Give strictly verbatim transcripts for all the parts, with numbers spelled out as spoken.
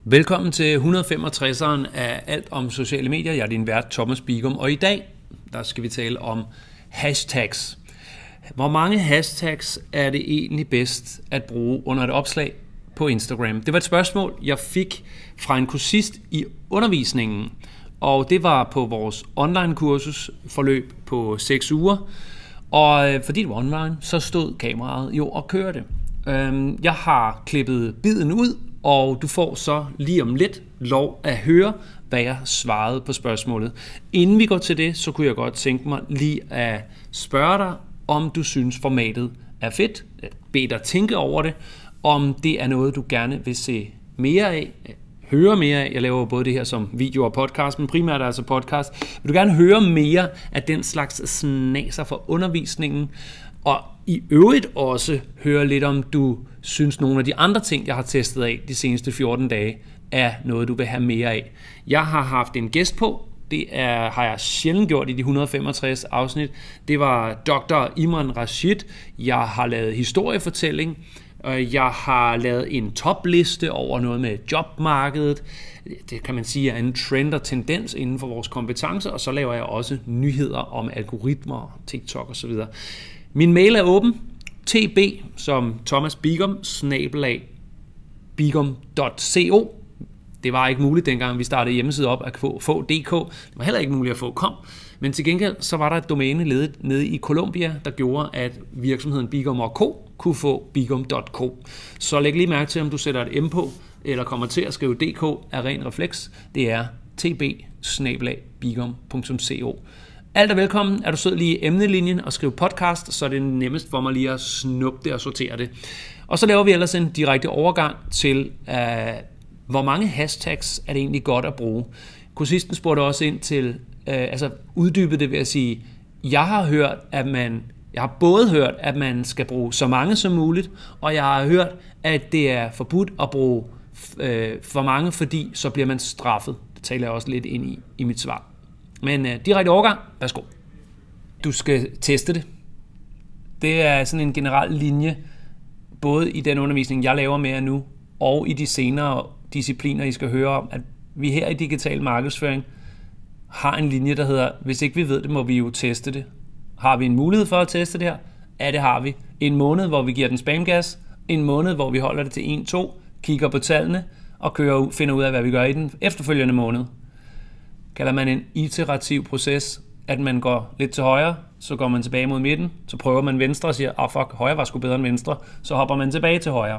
Velkommen til et hundrede og femogtresseren af Alt om sociale medier. Jeg er din vært, Thomas Bigum, og i dag der skal vi tale om hashtags. Hvor mange hashtags er det egentlig bedst at bruge under et opslag på Instagram? Det var et spørgsmål, jeg fik fra en kursist i undervisningen, og det var på vores online-kursus forløb på seks uger. Og fordi det var online, så stod kameraet jo og kørte. Jeg har klippet biden ud, og du får så lige om lidt lov at høre, hvad jeg svarede på spørgsmålet. Inden vi går til det, så kunne jeg godt tænke mig lige at spørge dig, om du synes formatet er fedt. Bed dig tænke over det, om det er noget, du gerne vil se mere af, høre mere af. Jeg laver både det her som video og podcast, men primært altså podcast. Vil du gerne høre mere af den slags snaser for undervisningen, og i øvrigt også høre lidt om, du synes nogle af de andre ting, jeg har testet af de seneste fjorten dage, er noget, du vil have mere af. Jeg har haft en gæst på. Det er, har jeg sjældent gjort i de et hundrede og femogtres afsnit. Det var doktor Imran Rashid. Jeg har lavet historiefortælling. Jeg har lavet en topliste over noget med jobmarkedet. Det kan man sige er en trend og tendens inden for vores kompetencer. Og så laver jeg også nyheder om algoritmer, TikTok osv. Min mail er åben. tb som Thomas Bigum, snabelag bigum punktum co. Det var ikke muligt, dengang vi startede hjemmeside op at få, få .dk. Det var heller ikke muligt at få .com. Men til gengæld så var der et domæne ledet nede i Colombia, der gjorde, at virksomheden Bigum og Co. kunne få bigum punktum co. Så læg lige mærke til, om du sætter et M på, eller kommer til at skrive .dk af ren refleks. Det er tb snabelag bigum punktum co. Alt er velkommen. Er du sød lige i emnelinjen og skrive podcast, så er det nemmest for mig lige at snuppe det og sortere det. Og så laver vi ellers en direkte overgang til, uh, hvor mange hashtags er det egentlig godt at bruge. Kursisten spurgte også ind til, uh, altså uddybe det ved at sige, jeg har hørt, at man, jeg har både hørt, at man skal bruge så mange som muligt, og jeg har hørt, at det er forbudt at bruge uh, for mange, fordi så bliver man straffet. Det taler jeg også lidt ind i, i mit svar. Men uh, direkte overgang, værsgo. Du skal teste det. Det er sådan en generel linje, både i den undervisning, jeg laver med jer nu, og i de senere discipliner, I skal høre om, at vi her i digital markedsføring har en linje, der hedder, hvis ikke vi ved det, må vi jo teste det. Har vi en mulighed for at teste det her? Ja, det har vi. En måned, hvor vi giver den spamgas. En måned, hvor vi holder det til en to, kigger på tallene og kører, finder ud af, hvad vi gør i den efterfølgende måned. Kalder man en iterativ proces, at man går lidt til højre, så går man tilbage mod midten, så prøver man venstre og siger, ah fuck, højre var sgu bedre end venstre, så hopper man tilbage til højre.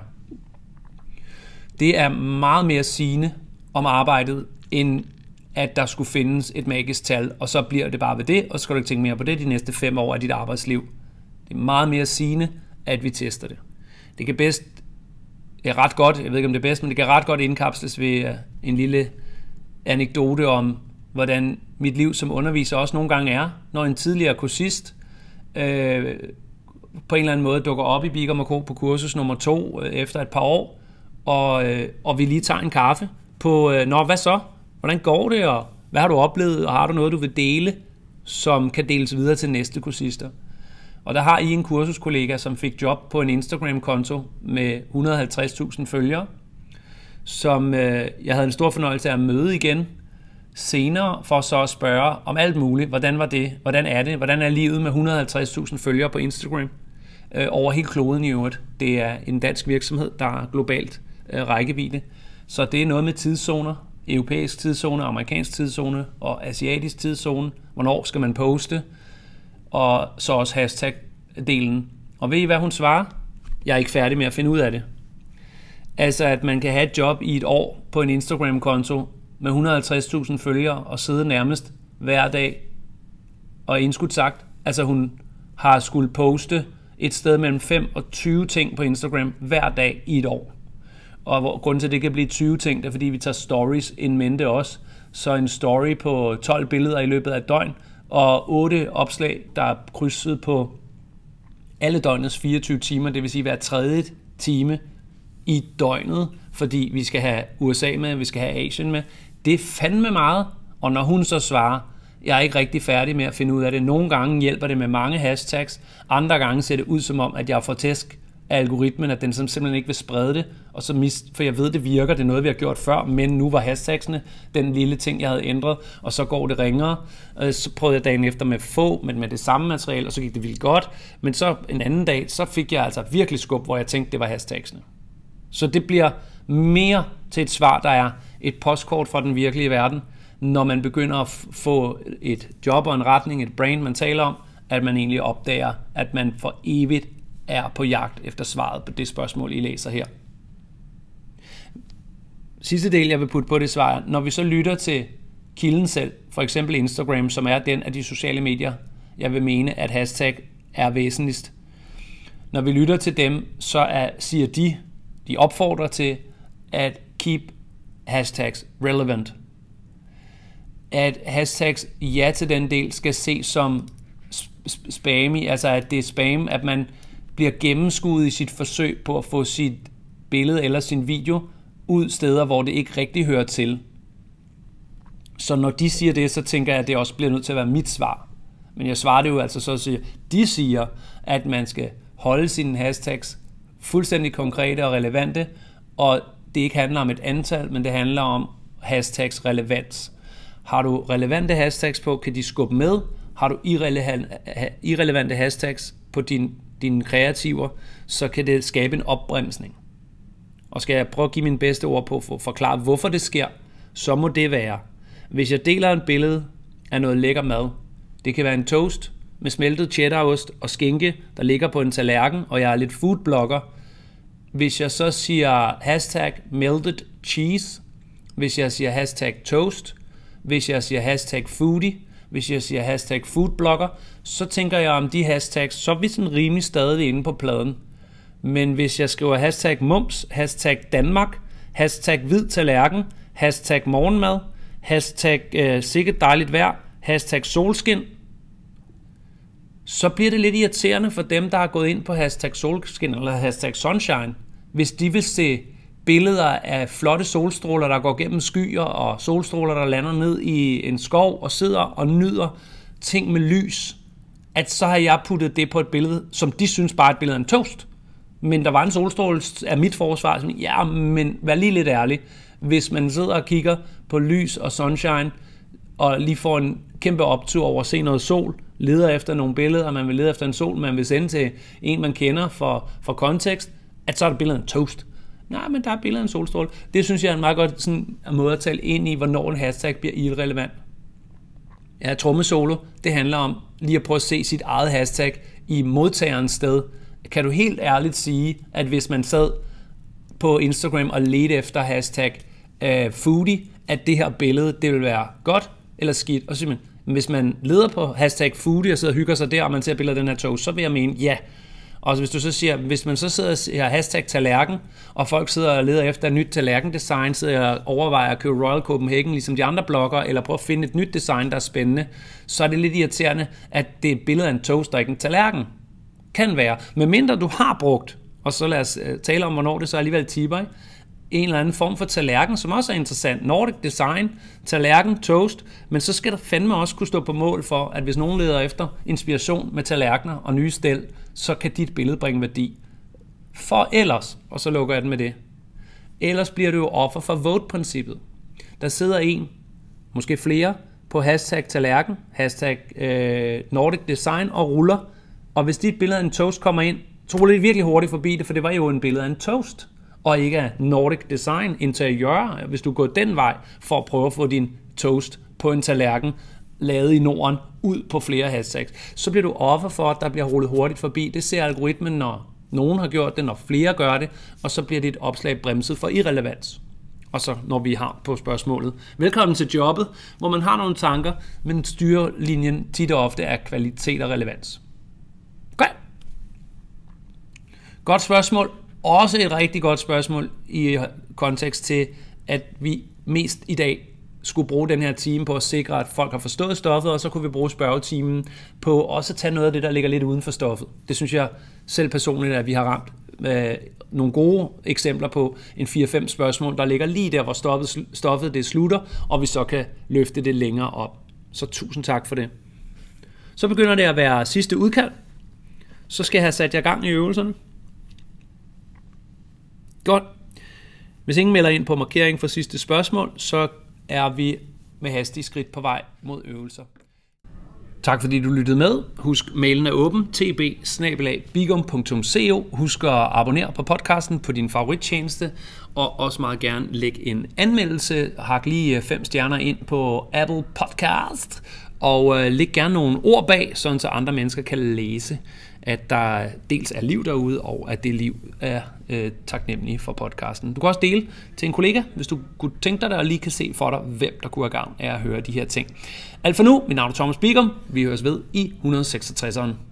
Det er meget mere sigende om arbejdet, end at der skulle findes et magisk tal, og så bliver det bare ved det, og så skal du ikke tænke mere på det de næste fem år af dit arbejdsliv. Det er meget mere sigende, at vi tester det. Det kan bedst, det er ret godt, jeg ved ikke om det er bedst, men det kan ret godt indkapsles ved en lille anekdote om, hvordan mit liv som underviser også nogle gange er, når en tidligere kursist øh, på en eller anden måde dukker op i Bigum og Co. på kursus nummer to øh, efter et par år, og, øh, og vi lige tager en kaffe på, øh, nå, hvad så? Hvordan går det, og hvad har du oplevet, og har du noget, du vil dele, som kan deles videre til næste kursister? Og der har I en kursuskollega, som fik job på en Instagram-konto med et hundrede og halvtreds tusind følgere, som øh, jeg havde en stor fornøjelse af at møde igen senere, for så at spørge om alt muligt. Hvordan var det? Hvordan er det? Hvordan er livet med et hundrede og halvtreds tusind følgere på Instagram? Øh, over hele kloden i øvrigt. Det er en dansk virksomhed, der er globalt øh, rækkevidde. Så det er noget med tidszoner. Europæisk tidszone, amerikansk tidszone og asiatisk tidszone. Hvornår skal man poste? Og så også hashtag-delen. Og ved I, hvad hun svarer? Jeg er ikke færdig med at finde ud af det. Altså, at man kan have et job i et år på en Instagram-konto med et hundrede og halvtreds tusind følgere og sidde nærmest hver dag. Og indskudt sagt, altså hun har skulle poste et sted mellem fem og tyve ting på Instagram hver dag i et år. Og hvor, grunden til, at det kan blive tyve ting, det er, fordi vi tager stories in mente også. Så en story på tolv billeder i løbet af et døgn, og otte opslag, der er krydset på alle døgnets fireogtyve timer, det vil sige hver tredje time i døgnet, fordi vi skal have U S A med, vi skal have Asien med. Det er fandme meget, og når hun så svarer, jeg er ikke rigtig færdig med at finde ud af det. Nogle gange hjælper det med mange hashtags, andre gange ser det ud som om, at jeg får tæsk af algoritmen, at den simpelthen ikke vil sprede det, og så mist, for jeg ved, det virker, det er noget, vi har gjort før, men nu var hashtagsene den lille ting, jeg havde ændret, og så går det ringere. Så prøvede jeg dagen efter med få, men med det samme materiale, og så gik det vildt godt. Men så en anden dag, så fik jeg altså virkelig skub, hvor jeg tænkte, det var hashtagsene. Så det bliver mere til et svar, der er et postkort fra den virkelige verden, når man begynder at få et job og en retning, et brand, man taler om, at man egentlig opdager, at man for evigt er på jagt efter svaret på det spørgsmål, I læser her. Sidste del, jeg vil putte på det svar, er, når vi så lytter til kilden selv, for eksempel Instagram, som er den af de sociale medier, jeg vil mene, at hashtag er væsentligst. Når vi lytter til dem, så er, siger de, de opfordrer til at keep hashtags relevant. At hashtags ja til den del skal ses som spammy, altså at det er spam, at man bliver gennemskuet i sit forsøg på at få sit billede eller sin video ud steder, hvor det ikke rigtig hører til. Så når de siger det, så tænker jeg, at det også bliver nødt til at være mit svar. Men jeg svarer det jo altså så at sige, de siger, at man skal holde sine hashtags fuldstændig konkrete og relevante, og det ikke handler om et antal, men det handler om hashtags relevans. Har du relevante hashtags på, kan de skubbe med. Har du irrelevante hashtags på din, dine kreativer, så kan det skabe en opbremsning. Og skal jeg prøve at give mine bedste ord på for at forklare, hvorfor det sker, så må det være, hvis jeg deler et billede af noget lækker mad, det kan være en toast med smeltet cheddarost og skinke, der ligger på en tallerken, og jeg er lidt foodblogger. Hvis jeg så siger hashtag melted cheese, hvis jeg siger hashtag toast, hvis jeg siger hashtag foodie, hvis jeg siger hashtag foodblogger, så tænker jeg om de hashtags, så er vi sådan rimelig stadig inde på pladen. Men hvis jeg skriver hashtag mums, hashtag Danmark, hashtag hvid tallerken, hashtag morgenmad, hashtag øh, sikkert dejligt vejr, hashtag solskin, så bliver det lidt irriterende for dem, der har gået ind på hashtag solskin eller hashtag sunshine, hvis de vil se billeder af flotte solstråler, der går gennem skyer, og solstråler, der lander ned i en skov og sidder og nyder ting med lys, at så har jeg puttet det på et billede, som de synes bare er et billede af en toast. Men der var en solstråle af mit forsvar, som, ja, men vær lige lidt ærlig. Hvis man sidder og kigger på lys og sunshine, og lige får en kæmpe optur over at se noget sol, leder efter nogle billeder, og man vil lede efter en sol, man vil sende til en, man kender for, for kontekst, at så er det billedet af en toast. Nej, men der er billedet af en solstråle. Det synes jeg er en meget godt sådan, måde at tale ind i, hvornår en hashtag bliver irrelevant. Ja, trommesolo, det handler om lige at prøve at se sit eget hashtag i modtagerens sted. Kan du helt ærligt sige, at hvis man sad på Instagram og ledte efter hashtag uh, foodie, at det her billede, det vil være godt eller skidt? Og simpelthen, hvis man leder på hashtag foodie og sidder og hygger sig der, og man ser billeder af den her toast, så vil jeg mene, ja. Og hvis du så siger, hvis man så sidder og siger hashtag tallerken, og folk sidder og leder efter et nyt tallerkendesign, sidder og overvejer at købe Royal Copenhagen, ligesom de andre bloggere, eller prøve at finde et nyt design, der er spændende, så er det lidt irriterende, at det er et billede af en toast og ikke en tallerken. Kan være. Men mindre du har brugt, og så lad os tale om, hvornår det så alligevel tipper, ikke? En eller anden form for tallerken, som også er interessant. Nordic design, tallerken, toast, men så skal der fandme også kunne stå på mål for, at hvis nogen leder efter inspiration med tallerkener og nye stel, så kan dit billede bringe værdi. For ellers, og så lukker jeg den med det, ellers bliver du jo offer for vote-princippet. Der sidder en, måske flere, på hashtag tallerken, hashtag øh, Nordic design og ruller, og hvis dit billede af en toast kommer ind, så ruller det virkelig hurtigt forbi det, for det var jo en billede af en toast, og ikke af Nordic design interiør, hvis du går den vej for at prøve at få din toast på en tallerken lavet i Norden ud på flere hashtags, så bliver du offer for, at der bliver rullet hurtigt forbi. Det ser algoritmen, når nogen har gjort det, når flere gør det, og så bliver dit opslag bremset for irrelevans. Og så når vi har på spørgsmålet. Velkommen til jobbet, hvor man har nogle tanker, men styrelinjen tit og ofte er kvalitet og relevans. Okay. Godt spørgsmål. Også et rigtig godt spørgsmål i kontekst til, at vi mest i dag skulle bruge den her time på at sikre, at folk har forstået stoffet, og så kunne vi bruge spørgetimen på også at tage noget af det, der ligger lidt uden for stoffet. Det synes jeg selv personligt, at vi har ramt øh, nogle gode eksempler på en fire fem spørgsmål, der ligger lige der, hvor stoffet, stoffet det slutter, og vi så kan løfte det længere op. Så tusind tak for det. Så begynder det at være sidste udkald. Så skal jeg have sat jer gang i øvelserne. Godt. Hvis ingen melder ind på markering for sidste spørgsmål, så er vi med hastige skridt på vej mod øvelser. Tak fordi du lyttede med. Husk, mailen er åben, t b bindestreg bigum punktum co. Husk at abonnere på podcasten på din favorittjeneste, og også meget gerne lægge en anmeldelse. Hak lige fem stjerner ind på Apple Podcast, og øh, læg gerne nogle ord bag, sådan så andre mennesker kan læse, at der dels er liv derude, og at det liv er øh, taknemmelig for podcasten. Du kan også dele til en kollega, hvis du kunne tænke dig det, og lige kan se for dig, hvem der kunne have gavn af at høre de her ting. Alt for nu, mit navn er Thomas Bigum. Vi høres ved i et hundrede og seksogtres.